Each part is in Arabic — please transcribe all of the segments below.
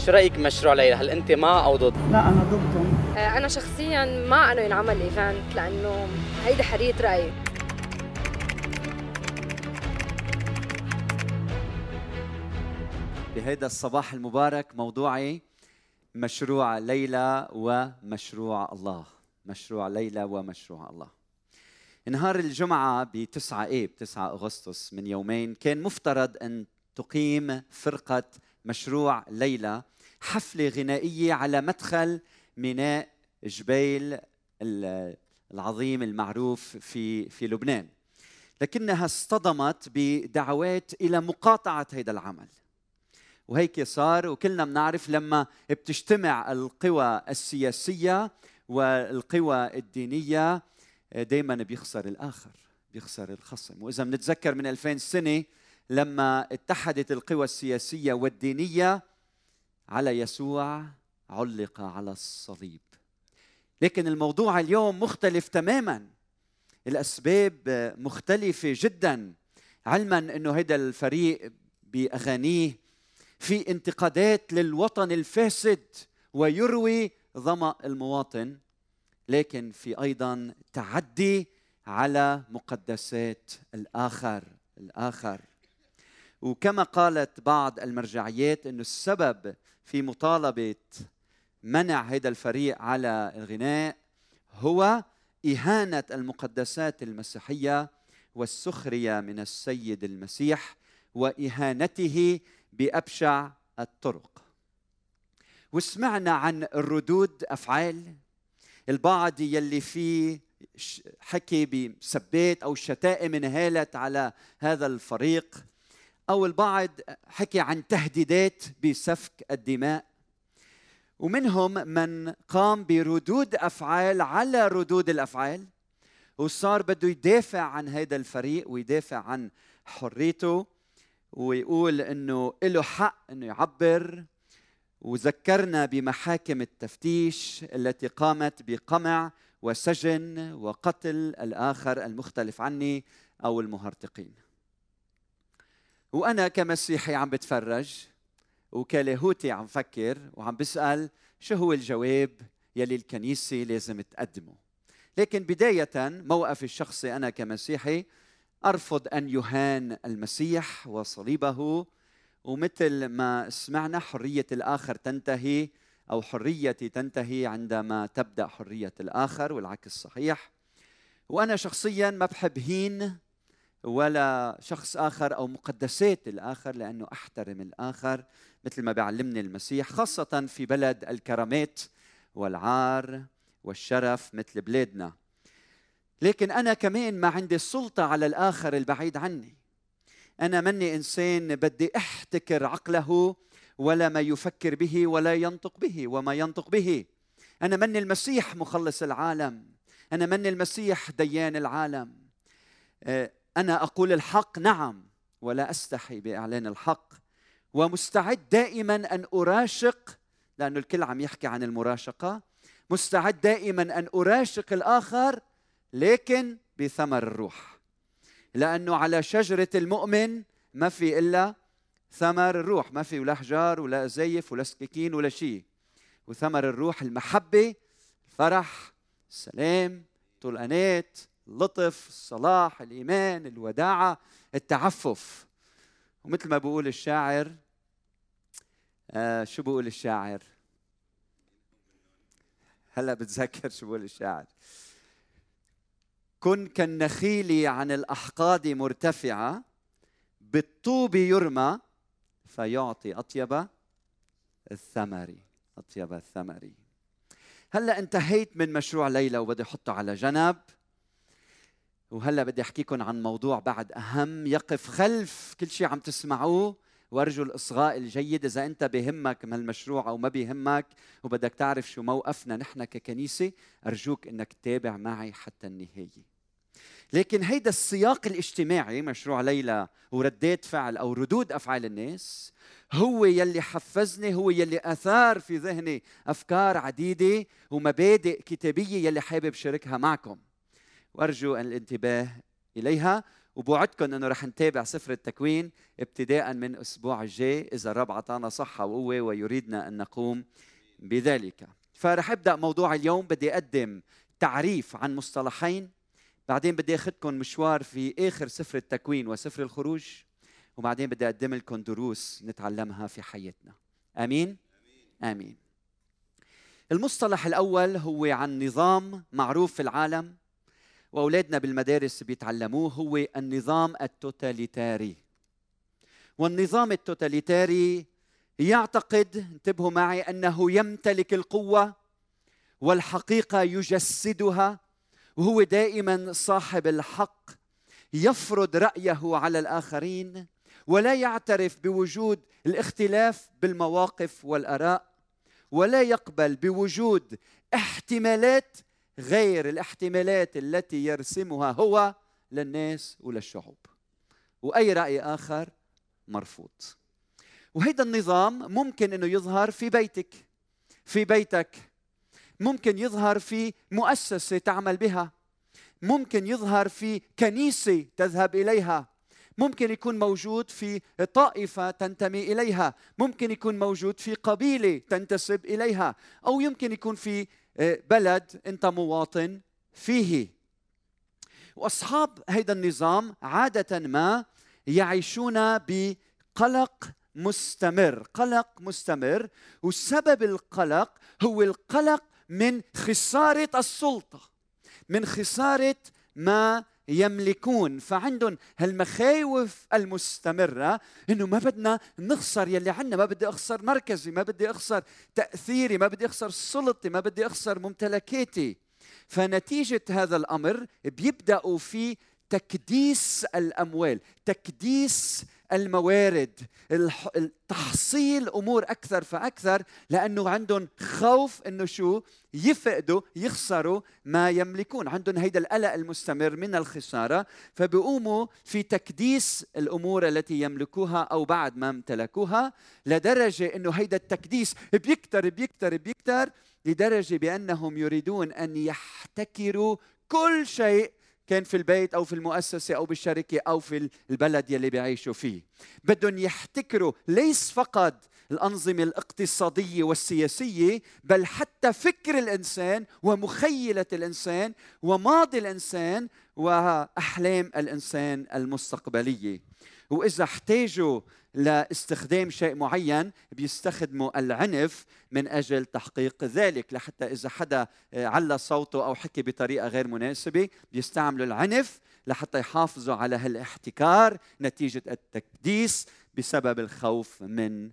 شو رأيك بمشروع ليلى؟ هل أنت مع أو ضد؟ لا أنا ضدهم. أنا شخصياً مع إنه ينعمل إيفنت لأنه هيدا حرية رأي. بهذا الصباح المبارك موضوعي مشروع ليلى ومشروع الله. مشروع ليلى ومشروع الله. نهار الجمعة ب9 أغسطس من يومين كان مفترض أن تقيم فرقة مشروع ليلى حفلة غنائية على مدخل ميناء جبيل العظيم المعروف في لبنان، لكنها اصطدمت بدعوات إلى مقاطعة هذا العمل. وهيك صار، وكلنا بنعرف لما بتجتمع القوى السياسية والقوى الدينية دائما بيخسر الآخر، بيخسر الخصم. وإذا بنتذكر من 2000 سنة لما اتحدت القوى السياسية والدينية على يسوع علق على الصليب. لكن الموضوع اليوم مختلف تماما، الأسباب مختلفة جدا، علما أنه هذا الفريق بأغانيه في انتقادات للوطن الفاسد ويروي ظمأ المواطن، لكن في أيضا تعدي على مقدسات الآخر. وكما قالت بعض المرجعيات أنه السبب في مطالبة منع هذا الفريق على الغناء هو إهانة المقدسات المسيحية والسخرية من السيد المسيح وإهانته بأبشع الطرق. وسمعنا عن الردود أفعال، البعض يلي فيه حكي بسبات أو شتائم انهالت على هذا الفريق، أو البعض حكي عن تهديدات بسفك الدماء، ومنهم من قام بردود أفعال على ردود الأفعال، وصار بده يدافع عن هذا الفريق ويدافع عن حريته ويقول أنه له حق أنه يعبر. وذكرنا بمحاكم التفتيش التي قامت بقمع وسجن وقتل الآخر المختلف عني أو المهرطقين. وأنا كمسيحي عم بتفرج وكلاهوتي عم فكر وعم بسأل شو هو الجواب يلي الكنيسة لازم تقدمه. لكن بداية موقفي الشخصي أنا كمسيحي أرفض أن يهان المسيح وصليبه، ومثل ما سمعنا حرية الآخر تنتهي أو حريتي تنتهي عندما تبدأ حرية الآخر، والعكس صحيح. وأنا شخصياً ما بحب هين ولا شخص آخر أو مقدسات الآخر، لأنه أحترم الآخر مثل ما بيعلمني المسيح، خاصة في بلد الكرامات والعار والشرف مثل بلادنا. لكن أنا كمان ما عندي السلطة على الآخر البعيد عني. أنا مني إنسان بدي أحتكر عقله ولا ما يفكر به ولا ينطق به وما ينطق به. أنا مني المسيح مخلص العالم، أنا مني المسيح ديان العالم. أنا أقول الحق نعم ولا أستحي بإعلان الحق، ومستعد دائما أن أراشق، لأنه الكل عم يحكي عن المراشقة، مستعد دائما أن أراشق الآخر لكن بثمر الروح، لأنه على شجرة المؤمن ما في إلا ثمر الروح، ما في ولا أحجار ولا زيف ولا سكاكين ولا شيء. وثمر الروح المحبة، الفرح، السلام، طول أنات، اللطف، الصلاح، الإيمان، الوداعة، التعفف. ومثل ما بقول الشاعر، شو بقول الشاعر؟ هلأ بتذكر شو بقول الشاعر. كن كالنخيل عن الأحقاد مرتفعة، بالطوب يرمى فيعطي أطيب الثمر. أطيب الثمر. هلأ انتهيت من مشروع ليلى وبدي أحطه على جنب، وهلأ بدي أحكيكم عن موضوع بعد أهم يقف خلف كل شيء عم تسمعوه، وأرجو الإصغاء الجيد. إذا أنت بهمك من المشروع أو ما بهمك وبدك تعرف شو موقفنا نحن ككنيسة، أرجوك أنك تتابع معي حتى النهاية. لكن هيدا السياق الاجتماعي، مشروع ليلى وردات فعل أو ردود أفعال الناس، هو يلي حفزني، هو يلي أثار في ذهني أفكار عديدة ومبادئ كتابية يلي حابب شاركها معكم، وأرجو الانتباه إليها. وبوعدكم أنه رح نتابع سفر التكوين ابتداء من أسبوع الجاي إذا الرب عطانا صحة وقوة ويريدنا أن نقوم بذلك. فرح أبدأ موضوع اليوم. بدي أقدم تعريف عن مصطلحين، بعدين بدي أخذكم مشوار في آخر سفر التكوين وسفر الخروج، وبعدين بدي أقدم لكم دروس نتعلمها في حياتنا. آمين؟ آمين. المصطلح الأول هو عن نظام معروف في العالم وأولادنا بالمدارس بيتعلموه، هو النظام التوتاليتاري. والنظام التوتاليتاري يعتقد، انتبهوا معي، أنه يمتلك القوة والحقيقة يجسدها، وهو دائما صاحب الحق، يفرض رأيه على الآخرين ولا يعترف بوجود الاختلاف بالمواقف والآراء، ولا يقبل بوجود احتمالات غير الاحتمالات التي يرسمها هو للناس وللشعوب، وأي رأي آخر مرفوض. وهذا النظام ممكن أنه يظهر في بيتك، في بيتك، ممكن يظهر في مؤسسة تعمل بها، ممكن يظهر في كنيسة تذهب إليها، ممكن يكون موجود في طائفة تنتمي إليها، ممكن يكون موجود في قبيلة تنتسب إليها، أو يمكن يكون في بلد أنت مواطن فيه. وأصحاب هذا النظام عادة ما يعيشون بقلق مستمر، قلق مستمر، وسبب القلق هو القلق من خسارة السلطة، من خسارة ما يملكون. فعندهم هالمخاوف المستمرة إنه ما بدنا نخسر يلي عنا، ما بدي أخسر مركزي، ما بدي أخسر تأثيري، ما بدي أخسر سلطتي، ما بدي أخسر ممتلكاتي. فنتيجة هذا الأمر بيبدأوا في تكديس الأموال، تكديس الموارد، تحصيل أمور أكثر فأكثر، لأنه عندهم خوف أنه شو يفقدوا، يخسروا ما يملكون. عندهم هيدا القلق المستمر من الخسارة، فبيقوموا في تكديس الأمور التي يملكوها أو بعد ما امتلكوها، لدرجة أنه هيدا التكديس بيكتر بيكتر بيكتر، لدرجة بأنهم يريدون أن يحتكروا كل شيء كان في البيت أو في المؤسسة أو بالشركة أو في البلد يلي بيعيشوا فيه. بدهم يحتكروا ليس فقط الأنظمة الاقتصادية والسياسية، بل حتى فكر الإنسان ومخيلة الإنسان وماضي الإنسان وأحلام الإنسان المستقبلية. وإذا احتاجوا لاستخدام شيء معين بيستخدموا العنف من أجل تحقيق ذلك، لحتى إذا حدا علّى صوته أو حكي بطريقة غير مناسبة بيستعملوا العنف لحتى يحافظوا على هالاحتكار نتيجة التكديس بسبب الخوف من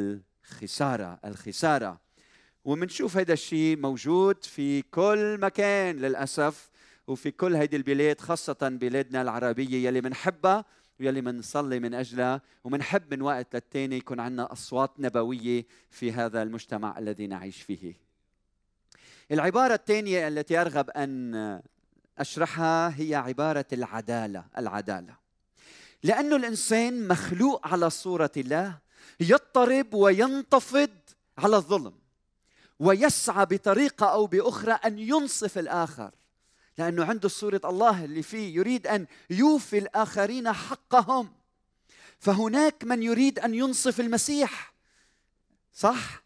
الخسارة. ومنشوف هذا الشيء موجود في كل مكان للأسف، وفي كل هذه البلاد، خاصة بلادنا العربية يلي منحبها ويلي منصلي من أجلها، ومنحب من وقت للتاني يكون عندنا أصوات نبوية في هذا المجتمع الذي نعيش فيه. العبارة الثانية التي أرغب أن أشرحها هي عبارة العدالة. لأن الإنسان مخلوق على صورة الله، يضطرب وينتفض على الظلم، ويسعى بطريقة أو بأخرى أن ينصف الآخر، لأنه عنده صورة الله اللي فيه، يريد أن يوفي الآخرين حقهم. فهناك من يريد أن ينصف المسيح، صح؟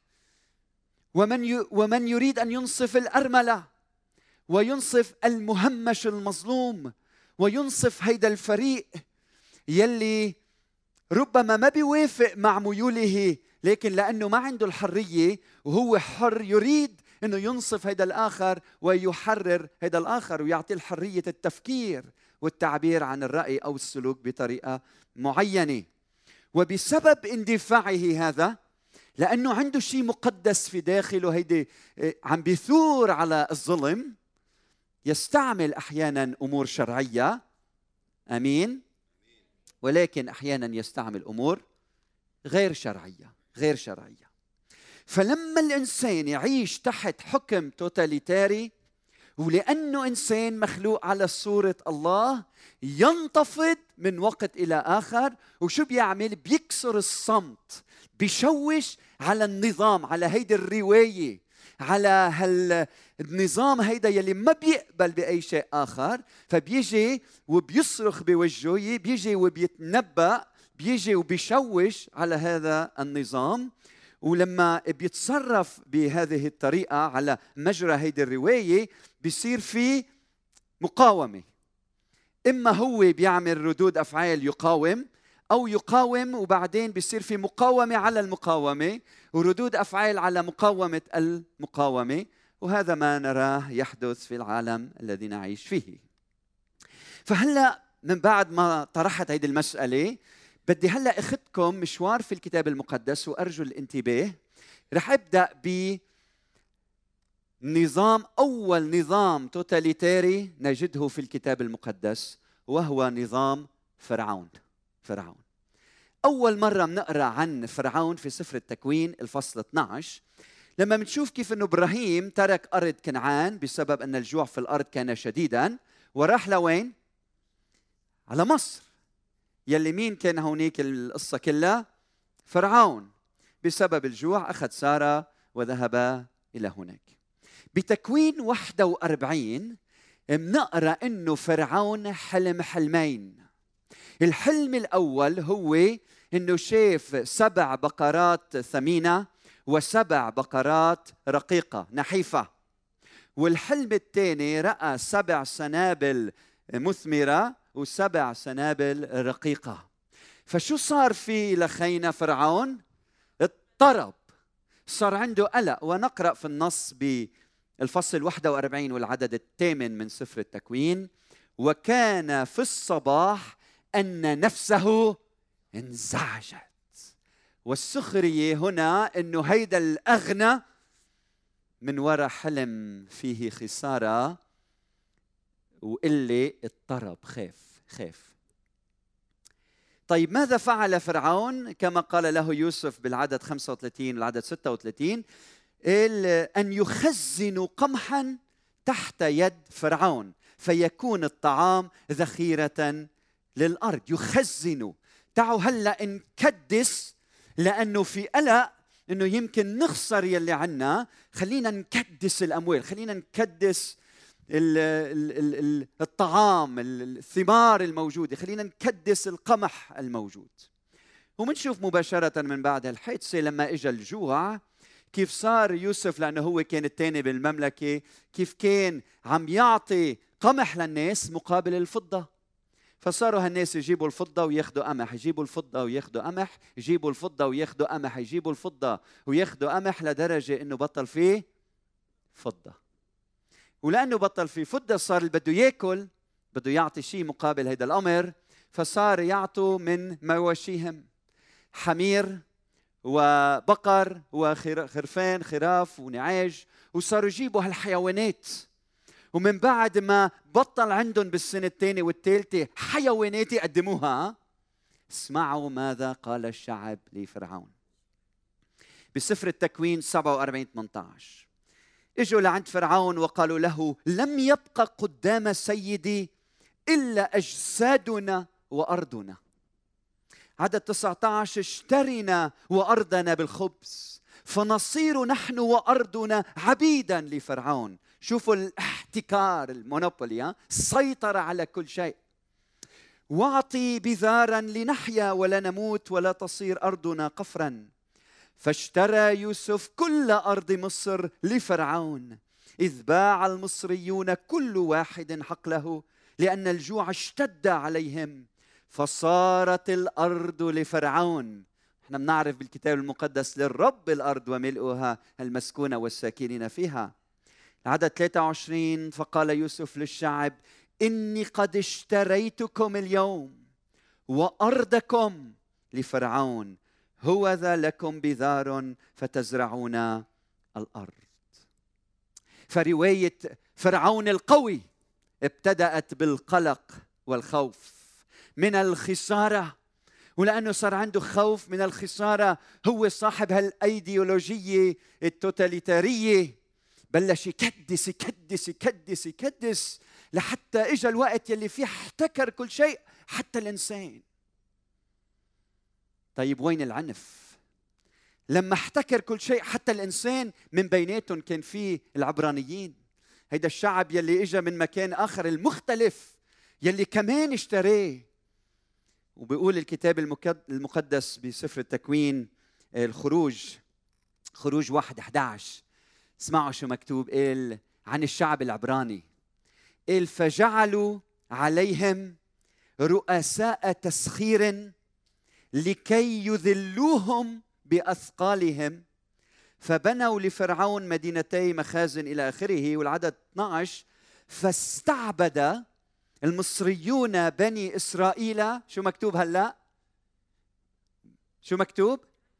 ومن يريد أن ينصف الأرملة، وينصف المهمش المظلوم، وينصف هيدا الفريق يلي ربما ما بيوافق مع ميوله، لكن لأنه ما عنده الحرية وهو حر يريد أنه ينصف هذا الآخر ويحرر هذا الآخر ويعطي الحرية التفكير والتعبير عن الرأي أو السلوك بطريقة معينة. وبسبب اندفاعه هذا، لأنه عنده شيء مقدس في داخله هيدي عم بيثور على الظلم، يستعمل أحيانا أمور شرعية، أمين، ولكن أحيانا يستعمل أمور غير شرعية. فلما الإنسان يعيش تحت حكم توتاليتاري، ولأنه إنسان مخلوق على صورة الله، ينتفض من وقت إلى آخر. وشو بيعمل؟ بيكسر الصمت، بيشوش على النظام، على هيدي الرواية، على النظام هيدا يلي ما بيقبل بأي شيء آخر، فبيجي وبيصرخ بوجهه، بيجي وبيتنبأ، بيجي وبيشوش على هذا النظام. ولما بيتصرف بهذه الطريقة على مجرى هيدي الرواية بيصير في مقاومة. إما هو بيعمل ردود أفعال يقاوم، أو يقاوم وبعدين بيصير في مقاومة على المقاومة وردود أفعال على مقاومة المقاومة. وهذا ما نراه يحدث في العالم الذي نعيش فيه. فهلأ من بعد ما طرحت هذه المسألة بدي هلأ أخذكم مشوار في الكتاب المقدس، وأرجو الانتباه. رح أبدأ بنظام، أول نظام توتاليتاري نجده في الكتاب المقدس، وهو نظام فرعون. أول مرة بنقرأ عن فرعون في سفر التكوين الفصل 12، لما بنشوف كيف أنه إبراهيم ترك أرض كنعان بسبب أن الجوع في الأرض كان شديداً، وراح لوين؟ على مصر. يلي مين كان هونيك القصة كلها؟ فرعون. بسبب الجوع أخذ سارة وذهب إلى هناك. بتكوين 41 بنقرأ أنه فرعون حلم حلمين. الحلم الأول هو أنه شاف 7 بقرات ثمينة و7 بقرات رقيقة نحيفة. والحلم الثاني رأى 7 سنابل مثمرة و7 سنابل رقيقة. فشو صار في لخينا فرعون؟ اضطرب، صار عنده قلق. ونقرأ في النص بالفصل 41 والعدد 8 من سفر التكوين: وكان في الصباح أن نفسه انزعجت. والسخرية هنا أنه هيدا الأغنى من وراء حلم فيه خسارة وإلي اضطرب، خاف. طيب ماذا فعل فرعون؟ كما قال له يوسف بالعدد 35 والعدد 36: أن يخزن قمحا تحت يد فرعون فيكون الطعام ذخيرة للأرض. يخزن. تعالوا هلأ نكدس، لأنه في قلق أنه يمكن نخسر يلي عنا. خلينا نكدس الأموال، خلينا نكدس الطعام، الثمار الموجودة، خلينا نكدس القمح الموجود. ومنشوف مباشرة من بعد الحادثة لما إجا الجوع كيف صار يوسف، لأنه هو كان الثاني بالمملكة، كيف كان عم يعطي قمح للناس مقابل الفضة. فصاروا هالناس يجيبوا الفضة وياخدوا قمح، يجيبوا الفضة وياخدوا قمح، يجيبوا الفضة وياخدوا قمح، يجيبوا الفضة وياخدوا قمح، لدرجة إنه بطل فيه فضة. ولأنه بطل فيه فضة صار اللي بده ياكل بده يعطي شيء مقابل هذا الأمر، فصار يعطوا من مواشيهم، حمير وبقر وخرفان، خراف ونعاج، وصاروا يجيبوا هالحيوانات. ومن بعد ما بطل عندهم بالسنة الثانية والثالثة حيوانات يقدموها، اسمعوا ماذا قال الشعب لفرعون بسفر التكوين 47:18: اجوا لعند فرعون وقالوا له: لم يبقى قدام سيدي إلا أجسادنا وأرضنا. عدد 19: اشترنا وأرضنا بالخبز فنصير نحن وأرضنا عبيدا لفرعون. شوفوا الاحتكار، المونوبولي، السيطرة على كل شيء. واعطي بذارا لنحيا ولا نموت ولا تصير أرضنا قفرا. فاشترى يوسف كل أرض مصر لفرعون، إذ باع المصريون كل واحد حقله لأن الجوع اشتد عليهم، فصارت الأرض لفرعون. احنا بنعرف بالكتاب المقدس: للرب الأرض وملؤها المسكونة والساكنين فيها. عدد 23: فقال يوسف للشعب: إني قد اشتريتكم اليوم وأرضكم لفرعون، هوذا لكم بذار فتزرعون الأرض. فرواية فرعون القوي ابتدأت بالقلق والخوف من الخسارة، ولأنه صار عنده خوف من الخسارة، هو صاحب هالأيديولوجية التوتاليتارية، بلش يكدس يكدس يكدس يكدس لحتى إجا الوقت يلي فيه احتكر كل شيء حتى الإنسان. طيب وين العنف؟ لما احتكر كل شيء، حتى الإنسان من بيناتهم كان فيه العبرانيين، هيدا الشعب يلي إجا من مكان آخر المختلف، يلي كمان اشتراه. وبيقول الكتاب المقدس بسفر التكوين الخروج، خروج 1:11، اسمعوا شو مكتوب قال عن الشعب العبراني. قال فجعلوا عليهم رؤساء تسخير لكي يذلوهم بأثقالهم، فبنوا لفرعون مدينتي مخازن إلى آخره. والعدد 12 فاستعبد المصريون بني إسرائيل، شو مكتوب هلأ؟ شو مكتوب؟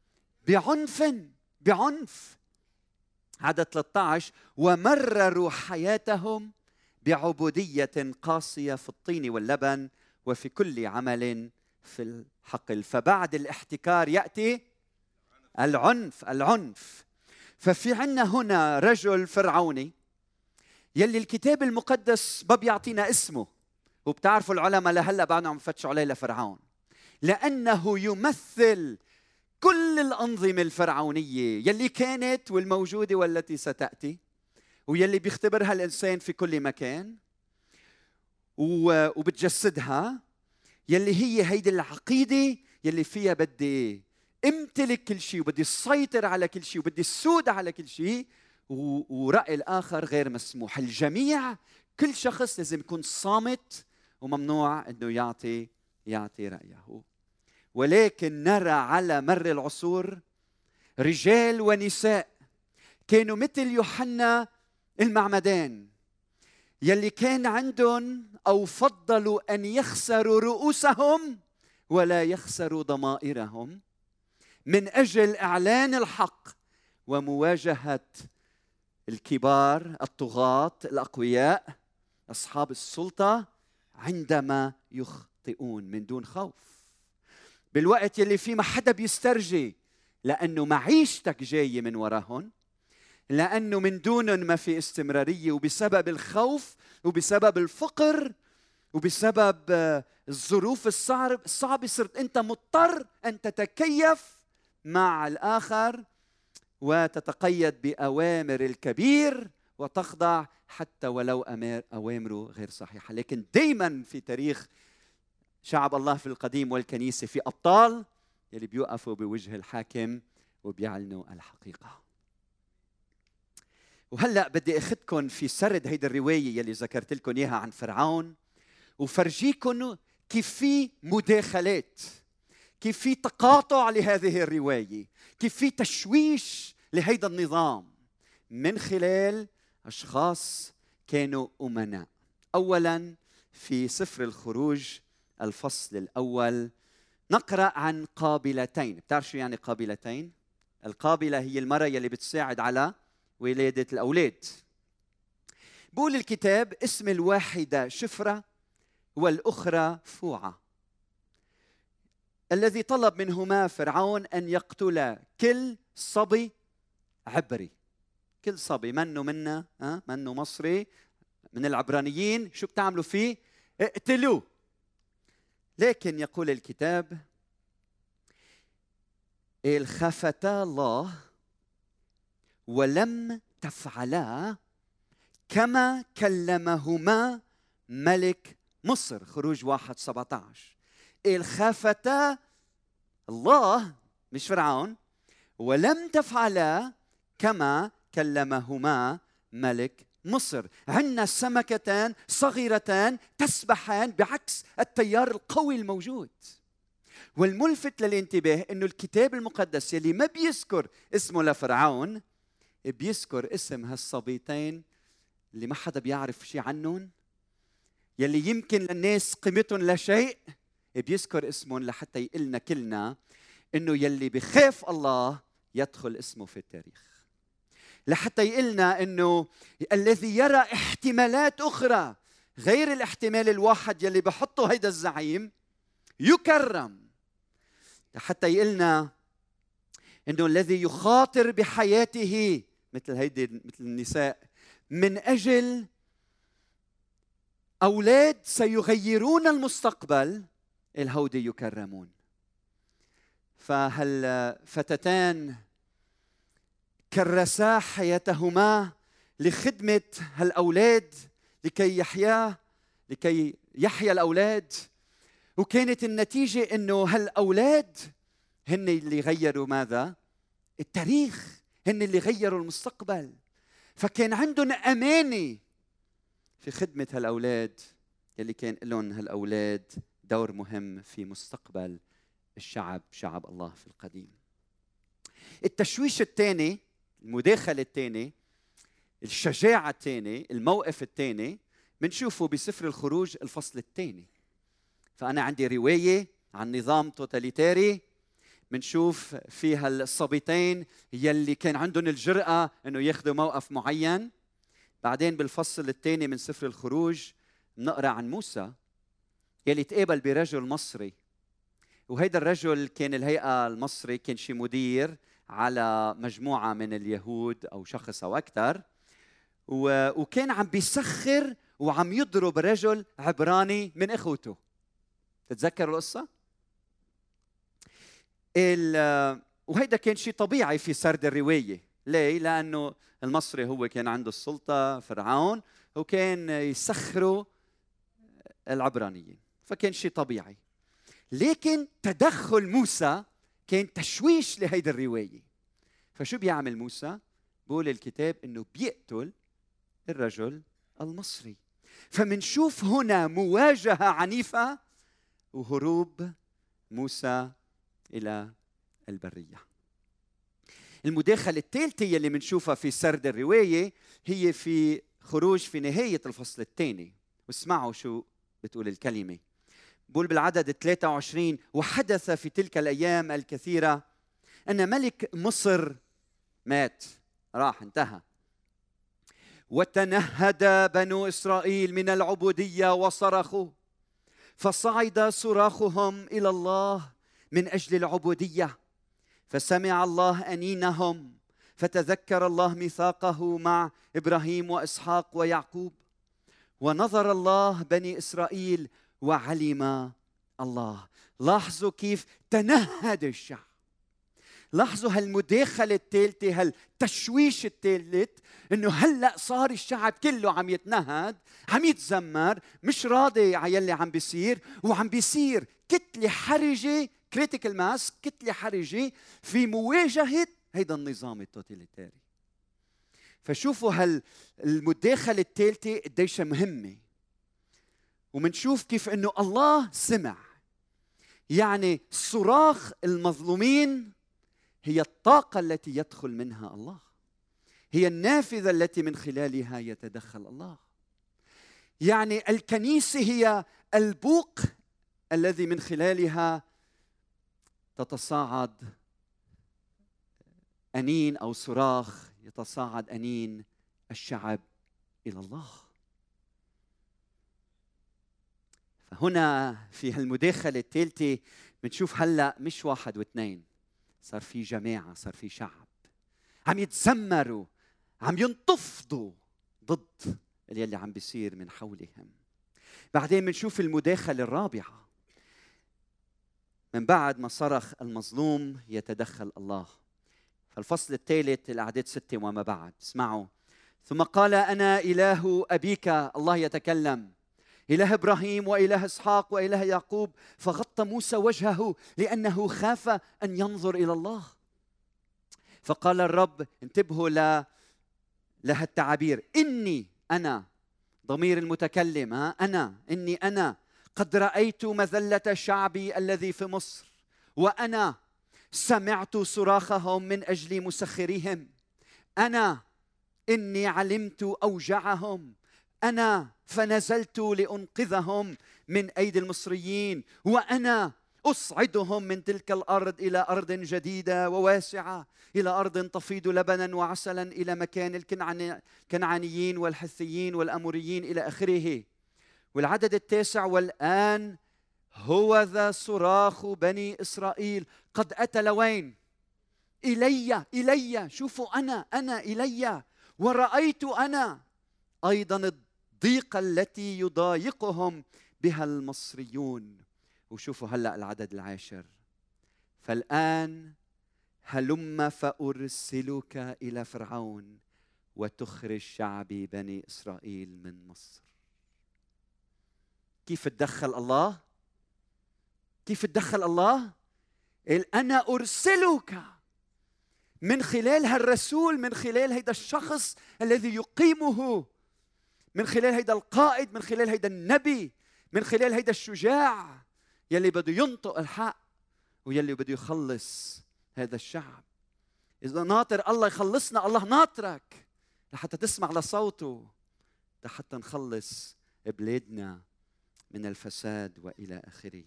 بعنف. عدد 13 ومرروا حياتهم بعبودية قاسية في الطين واللبن وفي كل عمل في الحقل. فبعد الاحتكار يأتي العنف. ففي عنا هنا رجل فرعوني يلي الكتاب المقدس ما بيعطينا اسمه، وبتعرفوا العلماء لهلا بعدهم عم يفتشوا عليه لفرعون، لأنه يمثل كل الأنظمة الفرعونية يلي كانت والموجودة والتي ستأتي، ويلي بيختبرها الإنسان في كل مكان وبتجسدها، يلي هي هيدي العقيدة يلي فيها بدي امتلك كل شيء وبدي السيطر على كل شيء وبدي السود على كل شيء، ورأي الآخر غير مسموح. الجميع، كل شخص لازم يكون صامت وممنوع أنه يعطي رأيه. ولكن نرى على مر العصور رجال ونساء كانوا مثل يوحنا المعمدان، يلي كان عندهم أو فضلوا أن يخسروا رؤوسهم ولا يخسروا ضمائرهم من أجل إعلان الحق ومواجهة الكبار الطغاة الأقوياء أصحاب السلطة عندما يخطئون من دون خوف. بالوقت يلي فيه ما حدا بيسترجي، لأنه معيشتك جاية من وراهن، لأنه من دونهم ما في استمرارية، وبسبب الخوف وبسبب الفقر وبسبب الظروف الصعبة صرت أنت مضطر أن تتكيف مع الآخر وتتقيد بأوامر الكبير وتخضع حتى ولو أوامره غير صحيحة. لكن دايما في تاريخ شعب الله في القديم والكنيسة في أبطال يلي بيوقفوا بوجه الحاكم وبيعلنوا الحقيقة. وهلأ بدي أخذكم في سرد هيدا الرواية يلي ذكرت لكم إياها عن فرعون، وفرجيكم كيف في مداخلات، كيف في تقاطع لهذه الرواية، كيف في تشويش لهيدا النظام من خلال أشخاص كانوا أمناء. أولاً في سفر الخروج الفصل الأول نقرأ عن قابلتين. بتعرف شو يعني قابلتين؟ القابلة هي المرأة يلي بتساعد على ولادة الأولاد. بقول الكتاب اسم الواحدة شفرة والأخرى فوعة، الذي طلب منهما فرعون أن يقتل كل صبي عبري. كل صبي منه منا، منه مصري، من العبرانيين، شو بتعملوا فيه؟ اقتلوه. لكن يقول الكتاب خافتا الله ولم تفعلا كما كلمهما ملك مصر. خروج 1:17. خافتا الله مش فرعون، ولم تفعلا كما كلمهما ملك مصر. عندنا سمكتان صغيرتان تسبحان بعكس التيار القوي الموجود. والملفت للانتباه انه الكتاب المقدس يلي ما بيذكر اسمه لفرعون، بيذكر اسم هالصبيتين اللي ما حدا بيعرف شيء عنهم، يلي يمكن للناس قيمتهم لا شيء، بيذكر اسمهم لحتى يقلنا كلنا انه يلي بخاف الله يدخل اسمه في التاريخ، لحتى يقلنا انه الذي يرى احتمالات اخرى غير الاحتمال الواحد يلي بحطه هيدا الزعيم يكرم، لحتى يقلنا انه الذي يخاطر بحياته مثل النساء من اجل اولاد سيغيرون المستقبل، الهودي يكرمون. فهالفتاتان كرسا حياتهما لخدمة هالأولاد لكي يحيا الأولاد. وكانت النتيجة إنه هالأولاد هن اللي غيروا ماذا؟ التاريخ، هن اللي غيروا المستقبل. فكان عندهم أمانة في خدمة هالأولاد يلي كان لهم هالأولاد دور مهم في مستقبل الشعب، شعب الله في القديم. التشويش الثاني، المداخلة الثانية، الشجاعة الثانية، الموقف الثاني بنشوفه بسفر الخروج الفصل الثاني. فأنا عندي رواية عن نظام توتاليتاري، بنشوف فيها الصبيتين يلي كان عندهم الجرأة إنه ياخذوا موقف معين. بعدين بالفصل الثاني من سفر الخروج بنقرأ عن موسى يلي تقابل برجل مصري، وهيدا الرجل كان الهيئة المصري، كان شي مدير على مجموعة من اليهود أو شخص أو أكثر، وكان عم بيسخر وعم يضرب رجل عبراني من إخوته. تتذكروا القصة؟ وهيدا كان شيء طبيعي في سرد الرواية. ليه؟ لأنه المصري هو كان عنده السلطة، فرعون، وكان يسخروا العبرانيين، فكان شيء طبيعي. لكن تدخل موسى كان تشويش لهيدا الرواية. فشو بيعمل موسى؟ بقول الكتاب إنه بيقتل الرجل المصري. فمنشوف هنا مواجهة عنيفة وهروب موسى إلى البرية. المداخلة الثالثة اللي منشوفها في سرد الرواية هي في خروج في نهاية الفصل الثاني. واسمعوا شو بتقول الكلمة. بقول بالعدد 23: وحدث في تلك الأيام الكثيرة أن ملك مصر مات، راح انتهى، وتنهد بنو إسرائيل من العبودية وصرخوا، فصعد صراخهم إلى الله من أجل العبودية، فسمع الله أنينهم، فتذكر الله ميثاقه مع إبراهيم وإسحاق ويعقوب، ونظر الله بني إسرائيل وعلم الله. لاحظوا كيف تنهد الشعب. لاحظوا هالمداخلة الثالثة، هالتشويش الثالث، إنه هلأ صار الشعب كله عم يتنهد، عم يتذمر، مش راضي على يلي عم بيصير، وعم بيصير كتلة حرجة، كريتيكال ماس، كتلة حرجة في مواجهة هيدا النظام التوتاليتاري. فشوفوا المداخلة الثالثة قديش مهمة، ومنشوف كيف إنه الله سمع. يعني صراخ المظلومين هي الطاقة التي يدخل منها الله، هي النافذة التي من خلالها يتدخل الله. يعني الكنيسة هي البوق الذي من خلالها تتصاعد أنين أو صراخ، يتصاعد أنين الشعب إلى الله. فهنا في هالمداخلة الثالثة بنشوف هلأ مش واحد واثنين، صار في جماعة، صار في شعب عم يتذمروا، عم ينتفضوا ضد اللي عم بيصير من حولهم. بعدين بنشوف المداخلة الرابعة، من بعد ما صرخ المظلوم يتدخل الله. فالفصل الثالث الأعداد 6 وما بعد، اسمعوا: ثم قال أنا إله أبيك، الله يتكلم، إله إبراهيم وإله إسحاق وإله يعقوب. فغطى موسى وجهه لأنه خاف أن ينظر إلى الله. فقال الرب، انتبهوا لها التعابير، إني أنا، ضمير المتكلم، إني أنا قد رأيت مذلة شعبي الذي في مصر، وأنا سمعت صراخهم من أجل مسخريهم، أنا إني علمت أوجعهم، أنا فنزلت لأنقذهم من أيدي المصريين، وأنا أصعدهم من تلك الأرض إلى أرض جديدة وواسعة، إلى أرض تفيض لبنا وعسلا، إلى مكان الكنعانيين والحثيين والأموريين إلى آخره. والعدد 9: والآن هوذا صراخ بني إسرائيل قد أتى لوين؟ إلي. شوفوا أنا إلي، ورأيت أنا أيضا الضيقة التي يضايقهم بها المصريون. وشوفوا هلأ العدد 10: فالآن هلم فأرسلك إلى فرعون وتخرج شعبي بني إسرائيل من مصر. كيف تدخل الله؟ كيف تدخل الله؟ أنا أرسلك من خلال هالرسول، من خلال هيدا الشخص الذي يقيمه، من خلال هيدا القائد، من خلال هيدا النبي، من خلال هيدا الشجاع يلي بده ينطق الحق ويلي بده يخلص هذا الشعب. إذا ناطر الله يخلصنا، الله ناطرك لحتى تسمع لصوته، لحتى نخلص بلادنا من الفساد وإلى آخره.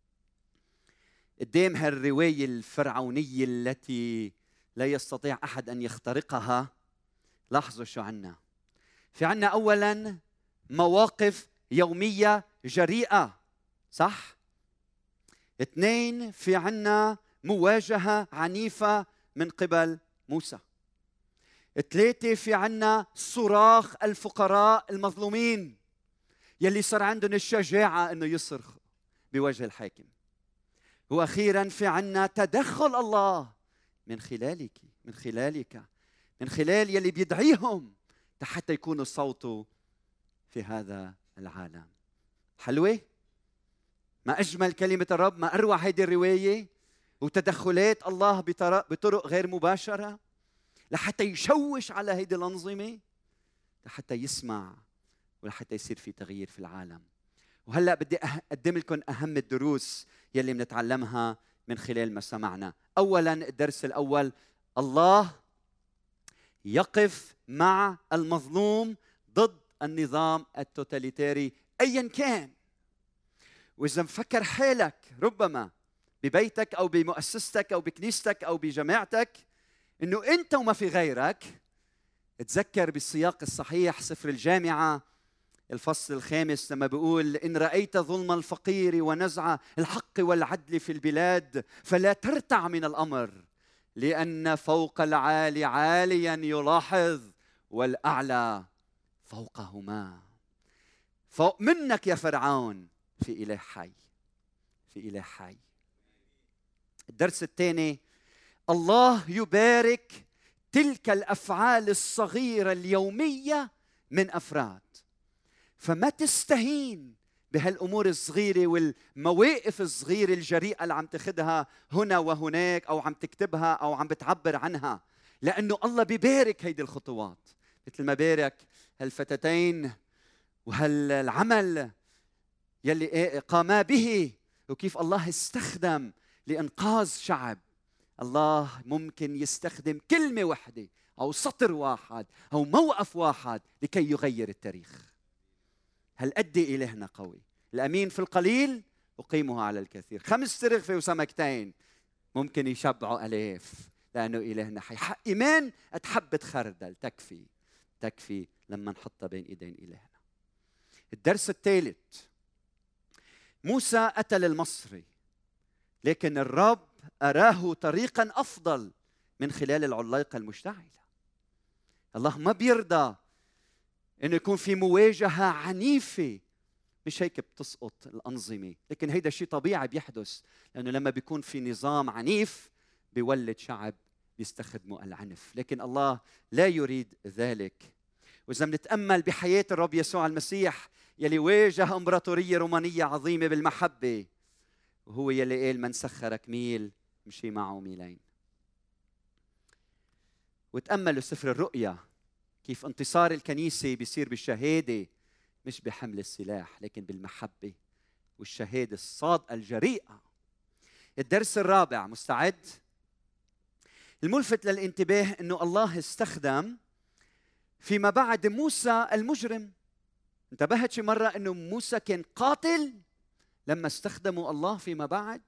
قدام هالرواية الفرعونية التي لا يستطيع أحد أن يخترقها، لاحظوا شو عنا. في عنا أولاً مواقف يومية جريئة، صح؟ 2، في عنا مواجهة عنيفة من قبل موسى. 3، في عنا صراخ الفقراء المظلومين يلي صار عندهم الشجاعة أنه يصرخوا بوجه الحاكم. وأخيراً في عنا تدخل الله من خلالك، من خلالك، من خلال يلي بيدعيهم حتى يكونوا صوته في هذا العالم. حلوة؟ ما أجمل كلمة الرب، ما أروع هذه الرواية وتدخلات الله بطرق غير مباشرة لحتى يشوش على هذه الأنظمة، لحتى يسمع ولحتى يصير في تغيير في العالم. وهلأ بدي أقدم لكم أهم الدروس يلي بنتعلمها من خلال ما سمعنا. أولاً الدرس الأول، الله يقف مع المظلوم ضد النظام التوتاليتاري أياً كان. وإذا مفكر حالك ربما ببيتك أو بمؤسستك أو بكنيستك أو بجماعتك إنه أنت وما في غيرك، تذكر بالسياق الصحيح سفر الجامعة الفصل 5 لما بيقول: إن رأيت ظلم الفقير ونزع الحق والعدل في البلاد فلا ترتع من الأمر، لأن فوق العالي عاليا يلاحظ والأعلى فوقهما. فوق منك يا فرعون في إله حي، في إله حي. الدرس الثاني، الله يبارك تلك الأفعال الصغيرة اليومية من أفراد. فما تستهين بهالأمور الصغيرة والمواقف الصغيرة الجريئة اللي عم تاخدها هنا وهناك أو عم تكتبها أو عم بتعبر عنها، لأنه الله بيبارك هيدي الخطوات، مثل ما بارك هالفتاتين وهالعمل يلي قاما به، وكيف الله استخدم لإنقاذ شعب. الله ممكن يستخدم كلمة واحدة أو سطر واحد أو موقف واحد لكي يغير التاريخ. هل أدي إلهنا قوي، الأمين في القليل أقيمه على الكثير. 5 ترغفة وسمكتين ممكن يشبعوا آلاف، لأنه إلهنا حي. حق إيمان أتحبة خردل تكفي لما نحطها بين إيدين إلهنا. الدرس الثالث، موسى قتل المصري، لكن الرب أراه طريقاً أفضل من خلال العلاقة المشتعلة. الله ما بيرضى إنه يكون في مواجهة عنيفة، مش هيك بتسقط الأنظمة، لكن هيدا شيء طبيعي بيحدث، لأنه لما بيكون في نظام عنيف بيولد شعب بيستخدموا العنف، لكن الله لا يريد ذلك. وإذا بنتأمل بحياة الرب يسوع المسيح يلي واجه إمبراطورية رومانية عظيمة بالمحبة، وهو يلي قال: من سخرك ميل مشي معه ميلين. وتأملوا سفر الرؤيا كيف انتصار الكنيسة بيصير بالشهادة، مش بحمل السلاح لكن بالمحبة والشهادة الصادقة الجريئة. الدرس الرابع، مستعد؟ الملفت للانتباه انه الله استخدم فيما بعد موسى المجرم. انتبهت شي مرة انه موسى كان قاتل لما استخدموا الله فيما بعد؟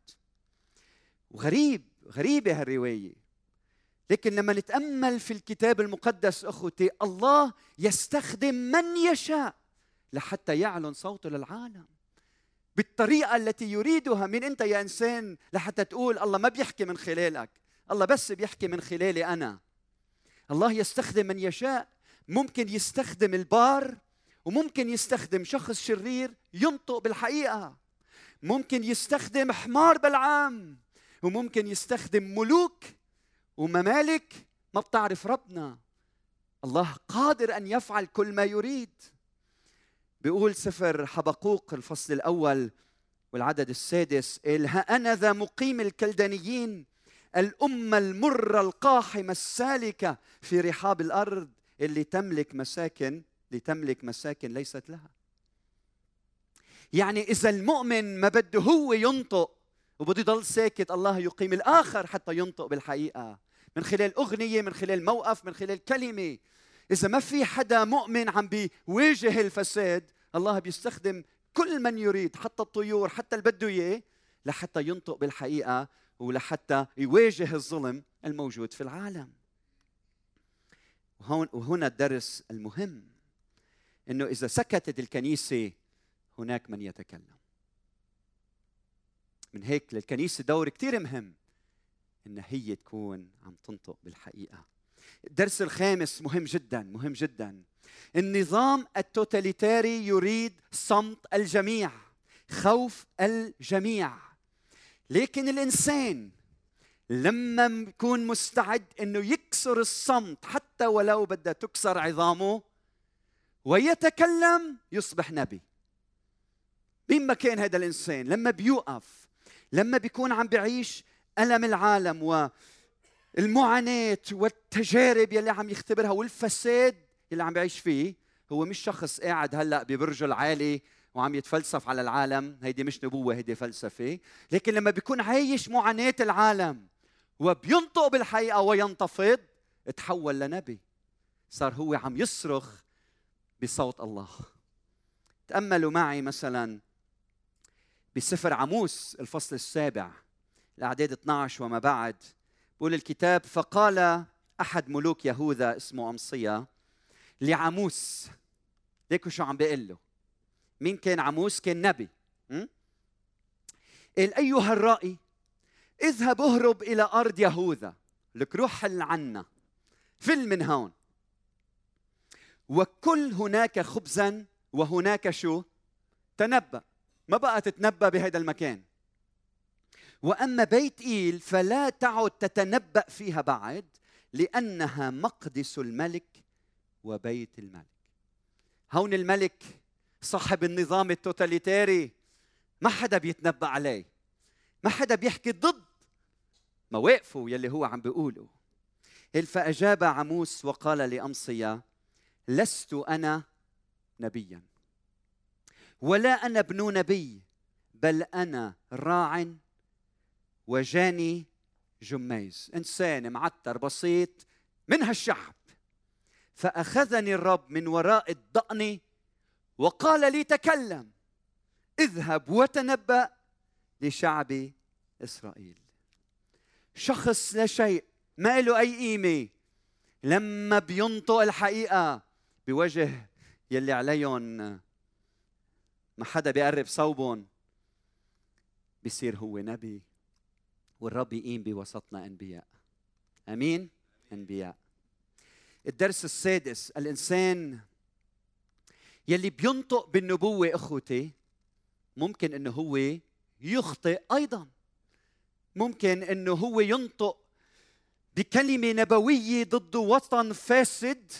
غريبة هالرواية، لكن لما نتأمل في الكتاب المقدس أخوتي، الله يستخدم من يشاء لحتى يعلن صوته للعالم بالطريقة التي يريدها. من أنت يا إنسان لحتى تقول الله ما بيحكي من خلالك، الله بس بيحكي من خلالي أنا؟ الله يستخدم من يشاء. ممكن يستخدم البار وممكن يستخدم شخص شرير ينطق بالحقيقة، ممكن يستخدم حمار بلعام وممكن يستخدم ملوك وممالك ما بتعرف ربنا. الله قادر أن يفعل كل ما يريد. بيقول سفر حبقوق الفصل الأول والعدد 6: قال: ها أنا ذا مقيم الكلدانيين، الأمة المرة القاحمة السالكة في رحاب الأرض، اللي تملك مساكن ليست لها. يعني إذا المؤمن ما بده هو ينطق وبده يضل ساكت، الله يقيم الآخر حتى ينطق بالحقيقة، من خلال أغنية، من خلال موقف، من خلال كلمة. إذا ما في حدا مؤمن عم بيواجه الفساد، الله بيستخدم كل من يريد، حتى الطيور، حتى اللي بده إياه، لحتى ينطق بالحقيقة ولحتى يواجه الظلم الموجود في العالم. وهنا الدرس المهم، إنه إذا سكتت الكنيسة هناك من يتكلم. من هيك للكنيسة دور كتير مهم إن هي تكون عم تنطق بالحقيقة. الدرس الخامس مهم جدا، مهم جدا. النظام التوتاليتاري يريد صمت الجميع، خوف الجميع. لكن الإنسان لما يكون مستعد إنه يكسر الصمت حتى ولو بدها تكسر عظامه ويتكلم، يصبح نبي. مين ما كان هذا الإنسان لما بيوقف، لما بيكون عم بيعيش ألم العالم والمعاناة والتجارب يلي عم يختبرها والفساد يلي عم بيعيش فيه، هو مش شخص قاعد هلأ ببرجه العالي وعم يتفلسف على العالم. هيدي مش نبوة، هيدي فلسفة. لكن لما بيكون عايش معاناة العالم وبينطق بالحقيقة وينتفض، تحول لنبي. صار هو عم يصرخ بصوت الله. تأملوا معي مثلا بسفر عموس الفصل 7 الأعداد 12 وما بعد. بقول الكتاب: فقال أحد ملوك يهوذا اسمه أمصيا لعموس. ليكوا شو عم بيقول له. مين كان عموس؟ كان نبي. قال: أيها الرائي، اذهب اهرب إلى أرض يهوذا، لك روح حل عنا، فل من هون، وكل هناك خبزا وهناك شو؟ تنبأ. ما بقى تتنبأ بهذا المكان. وأما بيت إيل فلا تعد تتنبأ فيها بعد، لأنها مقدس الملك وبيت الملك. هون الملك صاحب النظام التوتاليتاري ما حدا بيتنبأ عليه، ما حدا بيحكي ضد مواقفه يلي هو عم بيقوله. فأجاب عموس وقال لأمصيا: لست أنا نبيا، ولا أنا ابن نبي، بل أنا راع وجاني جميز، إنسان معتر بسيط من هالشعب. فأخذني الرب من وراء الضأن وقال لي: تكلم، اذهب وتنبأ لشعب إسرائيل. شخص لا شيء، ما له أي قيمة، لما بينطق الحقيقة بوجه يلي عليهم ما حدا بيقرب صوبهم، بيصير هو نبي. والرب يقيم بوسطنا أنبياء. أمين؟ أنبياء. الدرس السادس: الإنسان يلي بينطق بالنبوة أخوتي ممكن أنه هو يخطئ أيضا. ممكن أنه هو ينطق بكلمة نبوية ضد وطن فاسد،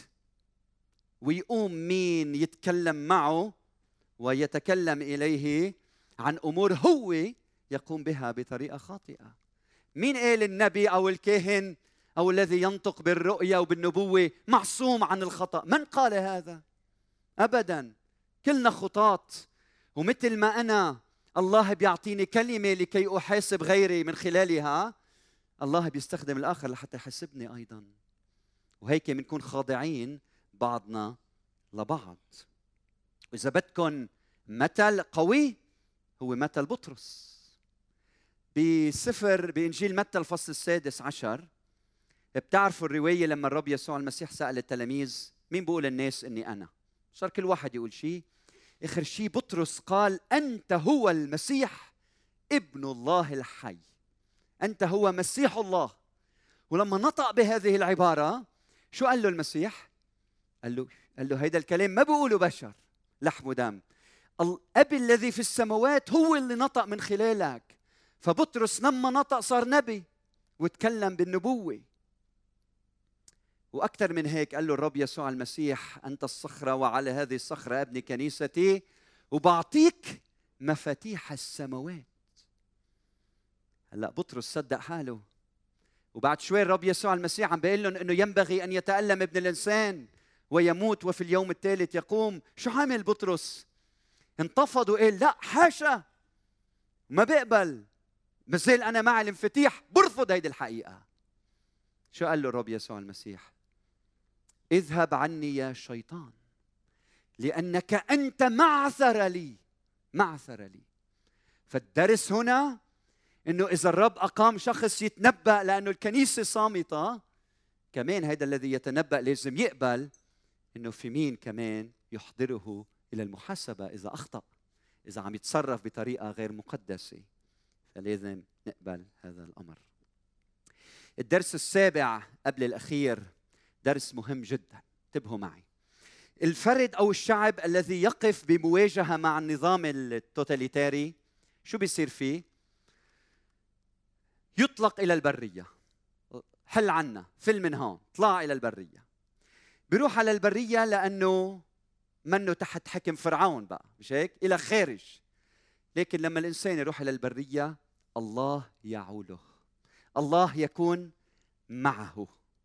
ويقوم مين يتكلم معه ويتكلم إليه عن أمور هو يقوم بها بطريقة خاطئة. مين قال النبي أو الكاهن أو الذي ينطق بالرؤية وبالنبوة معصوم عن الخطأ؟ من قال هذا؟ أبداً. كلنا خطاط، ومثل ما أنا الله بيعطيني كلمة لكي أحاسب غيري من خلالها، الله بيستخدم الآخر لحتى يحاسبني أيضاً. وهيك بنكون خاضعين بعضنا لبعض. وإذا بدكم مثل قوي هو مثل بطرس. بإنجيل متى الفصل 16 بتعرفوا الرواية لما الرب يسوع المسيح سأل التلاميذ: مين بقول الناس إني أنا؟ صار كل واحد يقول شيء. آخر شيء بطرس قال: أنت هو المسيح ابن الله الحي، أنت هو مسيح الله. ولما نطق بهذه العبارة شو قال له المسيح؟ قال له هيدا الكلام ما بيقوله بشر لحم ودم، الأب الذي في السماوات هو اللي نطق من خلالك. فبطرس لما نطق صار نبي وتكلم بالنبوة. وأكثر من هيك قال له الرب يسوع المسيح أنت الصخرة وعلى هذه الصخرة أبني كنيستي وبعطيك مفاتيح السماوات. هلأ بطرس صدق حاله، وبعد شوي الرب يسوع المسيح عم بيقول لهم إنه ينبغي أن يتألم ابن الإنسان ويموت وفي اليوم الثالث يقوم. شو عمل بطرس؟ انتفض وقال لا حاشا، ما بقبل، مازال أنا معي المفاتيح، برفض هيدي الحقيقة. شو قال له الرب يسوع المسيح؟ اذهب عني يا شيطان لأنك أنت معثر لي، معثر لي. فالدرس هنا إنه إذا الرب أقام شخص يتنبأ لأنه الكنيسة صامتة، كمان هذا الذي يتنبأ لازم يقبل إنه في مين كمان يحضره إلى المحاسبة إذا أخطأ، إذا عم يتصرف بطريقة غير مقدسة، فلازم نقبل هذا الأمر. الدرس السابع قبل الأخير درس مهم جدا، انتبهوا معي. الفرد أو الشعب الذي يقف بمواجهة مع النظام التوتاليتاري شو بيصير فيه؟ يطلق إلى البرية. حل عنا، فل من هون، طلع إلى البرية. بيروح على البرية لأنه منه تحت حكم فرعون بقى، مش هيك؟ إلى خارج. لكن لما الإنسان يروح إلى البرية الله يعوله، الله يكون معه.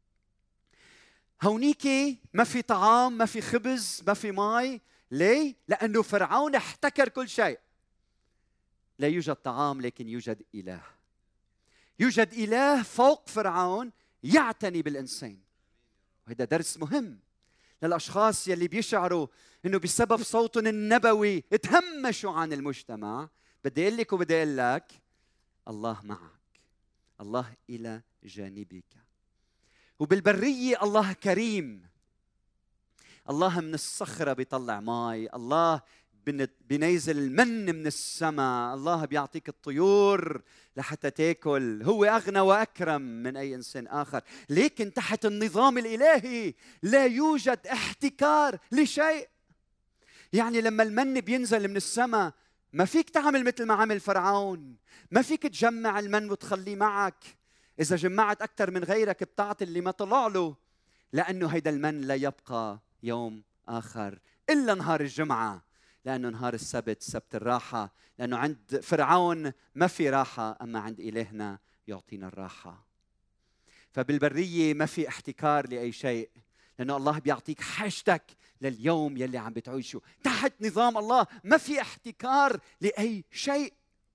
هونيك ما في طعام، ما في خبز، ما في ماء. ليه؟ لأنه فرعون احتكر كل شيء. لا يوجد طعام لكن يوجد إله. يوجد إله فوق فرعون يعتني بالإنسان. وهذا درس مهم للأشخاص يلي بيشعروا إنه بسبب صوتهم النبوي اتهمشوا عن المجتمع. بدي أقول لك وبدي أقول لك الله معك، الله إلى جانبك. وبالبرية الله كريم، الله من الصخرة بيطلع ماء، الله بينزل المن من السماء، الله بيعطيك الطيور لحتى تاكل. هو أغنى وأكرم من أي إنسان آخر. لكن تحت النظام الإلهي لا يوجد احتكار لشيء. يعني لما المن بينزل من السماء ما فيك تعمل مثل ما عمل فرعون، ما فيك تجمع المن وتخليه معك. إذا جمعت أكثر من غيرك بتعطي اللي ما طلع له، لأنه هيدا المن لا يبقى يوم آخر إلا نهار الجمعة، لأنه نهار السبت سبت الراحة، لأنه عند فرعون ما في راحة، أما عند إلهنا يعطينا الراحة. فبالبرية ما في احتكار لأي شيء، لأنه الله بيعطيك حاجتك لليوم يلي عم بتعيشه. تحت نظام الله ما في احتكار لأي شيء.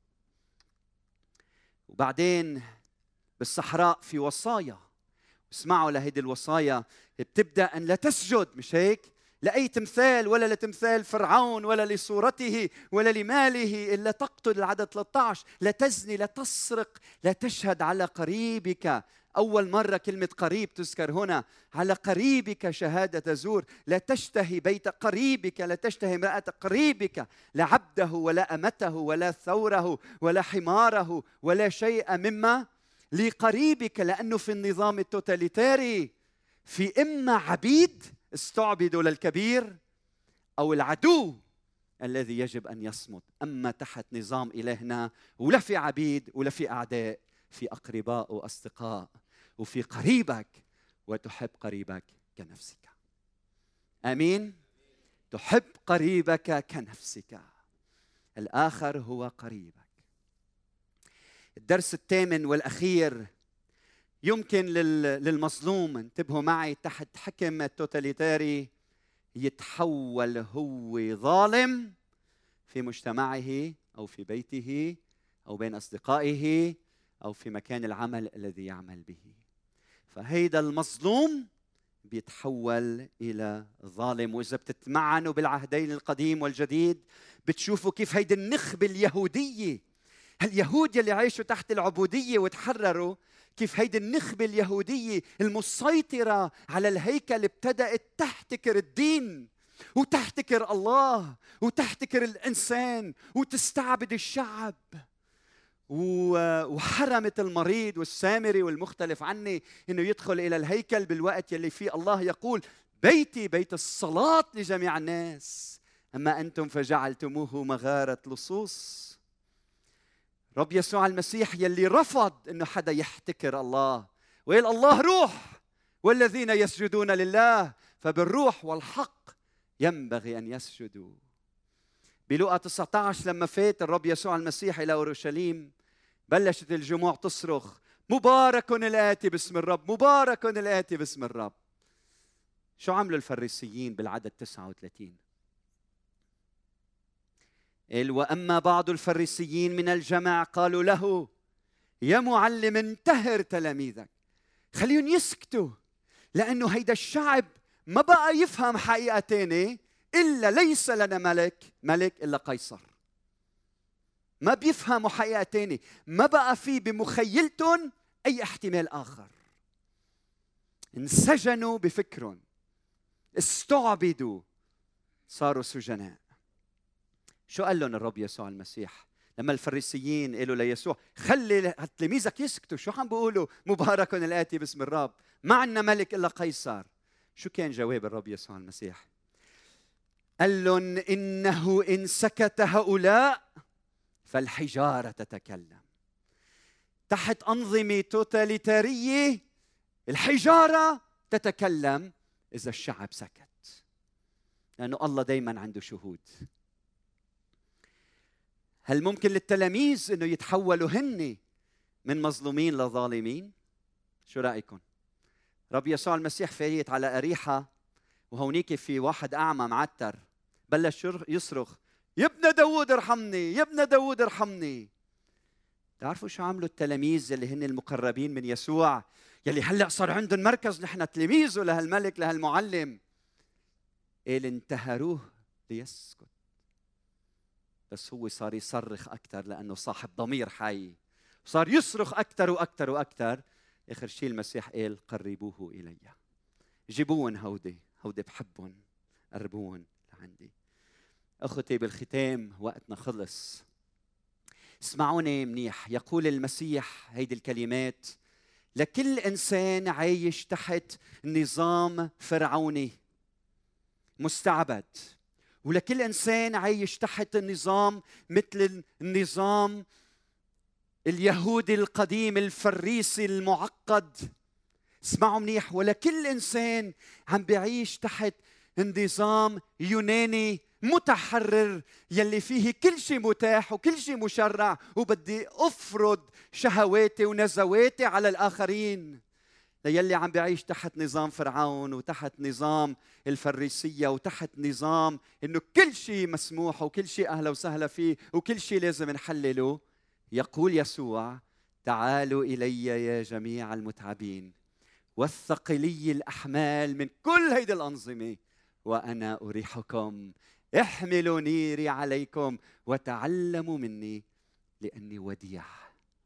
وبعدين بالصحراء في وصايا، اسمعوا لهيدي الوصايا. بتبدأ أن لا تسجد، مش هيك؟ لأي تمثال ولا لتمثال فرعون ولا لصورته ولا لماله، إلا تقتل. العدد 13 لا تزني، لا تسرق، لا تشهد على قريبك. أول مرة كلمة قريب تذكر هنا، على قريبك شهادة زور. لا تشتهي بيت قريبك، لا تشتهي امرأة قريبك، لا عبده ولا أمته ولا ثوره ولا حماره ولا شيء مما لقريبك. لأنه في النظام التوتاليتاري في إما عبيد استعبدوا للكبير أو العدو الذي يجب أن يصمت. أما تحت نظام إلهنا ولا في عبيد ولا في أعداء، في أقرباء وأصدقاء، وفي قريبك وتحب قريبك كنفسك. آمين. تحب قريبك كنفسك، الآخر هو قريبك. الدرس الثامن والأخير يمكن للمظلوم، انتبهوا معي، تحت حكم التوتاليتاري يتحول هو ظالم في مجتمعه أو في بيته أو بين أصدقائه أو في مكان العمل الذي يعمل به. فهيدا المظلوم بيتحول إلى ظالم. وإذا بتتمعنوا بالعهدين القديم والجديد بتشوفوا كيف هيدي النخبة اليهودية، اليهود يلي عايشوا تحت العبودية وتحرروا، كيف هيدي النخبة اليهودية المسيطرة على الهيكل ابتدأت تحتكر الدين وتحتكر الله وتحتكر الإنسان وتستعبد الشعب، وحرمت المريض والسامري والمختلف عني إنه يدخل إلى الهيكل بالوقت يلي فيه الله يقول بيتي بيت الصلاة لجميع الناس، أما أنتم فجعلتموه مغارة لصوص. رب يسوع المسيح يلي رفض إنه حدا يحتكر الله، وقال الله روح والذين يسجدون لله فبالروح والحق ينبغي أن يسجدوا. بلوقا 19 لما فات الرب يسوع المسيح إلى أورشليم بلشت الجموع تصرخ مبارك الآتي باسم الرب، مبارك الآتي باسم الرب. شو عملوا الفريسيين بالعدد 39؟ قال وأما بعض الفريسيين من الجمع قالوا له يا معلم انتهر تلاميذك، خليهم يسكتوا، لأنه هيدا الشعب ما بقى يفهم حقيقة تانية إلا ليس لنا ملك إلا قيصر. ما بيفهموا حقيقة تانية، ما بقى في بمخيلتهم أي احتمال آخر. انسجنوا بفكرهم، استعبدوا، صاروا سجناء. شو قال لهم الرب يسوع المسيح لما الفريسيين قالوا ليسوع خلي تلاميذك يسكتوا؟ شو عم بيقولوا مبارك الآتي باسم الرب، ما عندنا ملك إلا قيصر؟ شو كان جواب الرب يسوع المسيح؟ قال لهم إنه إن سكت هؤلاء فالحجارة تتكلم. تحت أنظمة توتاليتارية الحجارة تتكلم إذا الشعب سكت، لأنه الله دايما عنده شهود. هل ممكن للتلاميذ أنه يتحولوا هن من مظلومين لظالمين؟ شو رأيكم؟ رب يسوع المسيح فايت على أريحة وهونيك في واحد أعمى معتر بلش يصرخ يا ابن داود ارحمني، يا ابن داود ارحمني. تعرفوا شو عملوا التلاميذ اللي هن المقربين من يسوع، يلي هلأ صار عندهم مركز نحن تلاميذه لهالملك لهالمعلم؟ قال انتهروه ليسكت، بس هو صار يصرخ أكثر لأنه صاحب ضمير حي، صار يصرخ أكثر وأكثر وأكثر. آخر شيء المسيح قال قربوه إلي، جيبوهم هودي بحبهم، قربوهم لعندي. أخوتي بالختام وقتنا خلص، اسمعوني منيح. يقول المسيح هيدي الكلمات لكل إنسان عايش تحت نظام فرعوني مستعبد، ولكل إنسان عايش تحت النظام مثل النظام اليهودي القديم الفريسي المعقد. اسمعوا منيح، ولكل إنسان عم بيعيش تحت النظام يوناني متحرر يلي فيه كل شيء متاح وكل شيء مشرع، وبدي أفرض شهواتي ونزواتي على الآخرين. ليلي عم بيعيش تحت نظام فرعون وتحت نظام الفريسية وتحت نظام إنه كل شيء مسموح وكل شيء أهلا وسهلا فيه وكل شيء لازم نحلله، يقول يسوع تعالوا إلي يا جميع المتعبين والثقلي الأحمال من كل هيدي الأنظمة وأنا أريحكم. احملوا نيري عليكم وتعلموا مني لأني وديع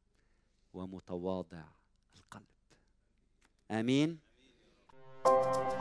ومتواضع القلب. آمين.